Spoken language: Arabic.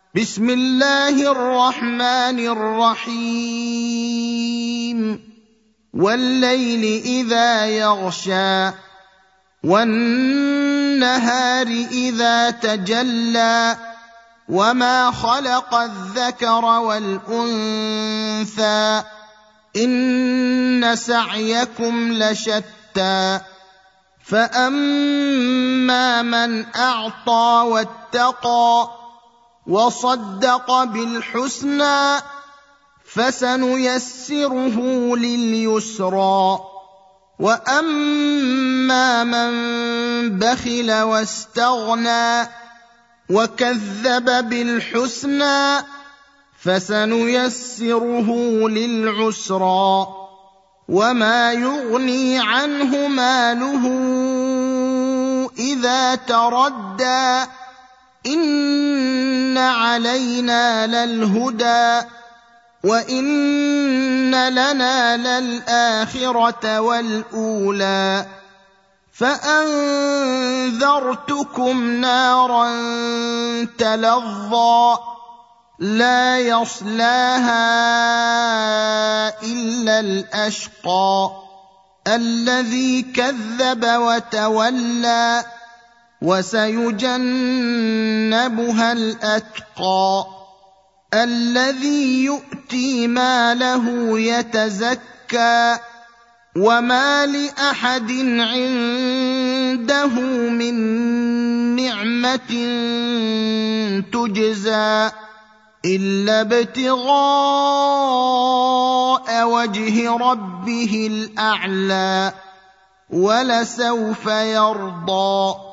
بسم الله الرحمن الرحيم والليل إذا يغشى والنهار إذا تجلى وما خلق الذكر والأنثى إن سعيكم لشتى فأما من أعطى واتقى وصدق بالحسنى فسنيسره لليسرى وأما من بخل واستغنى وكذب بالحسنى فسنيسره للعسرى وما يغني عنه ماله إذا تردى إن علينا للهدى وإن لنا للآخرة والأولى فأنذرتكم نارا تلظى لا يصلاها إلا الأشقى الذي كذب وتولى وسيجنبها الأتقى الذي يؤتي ماله يتزكى وما لأحد عنده من نعمة تجزى إلا ابتغاء وجه ربه الأعلى ولسوف يرضى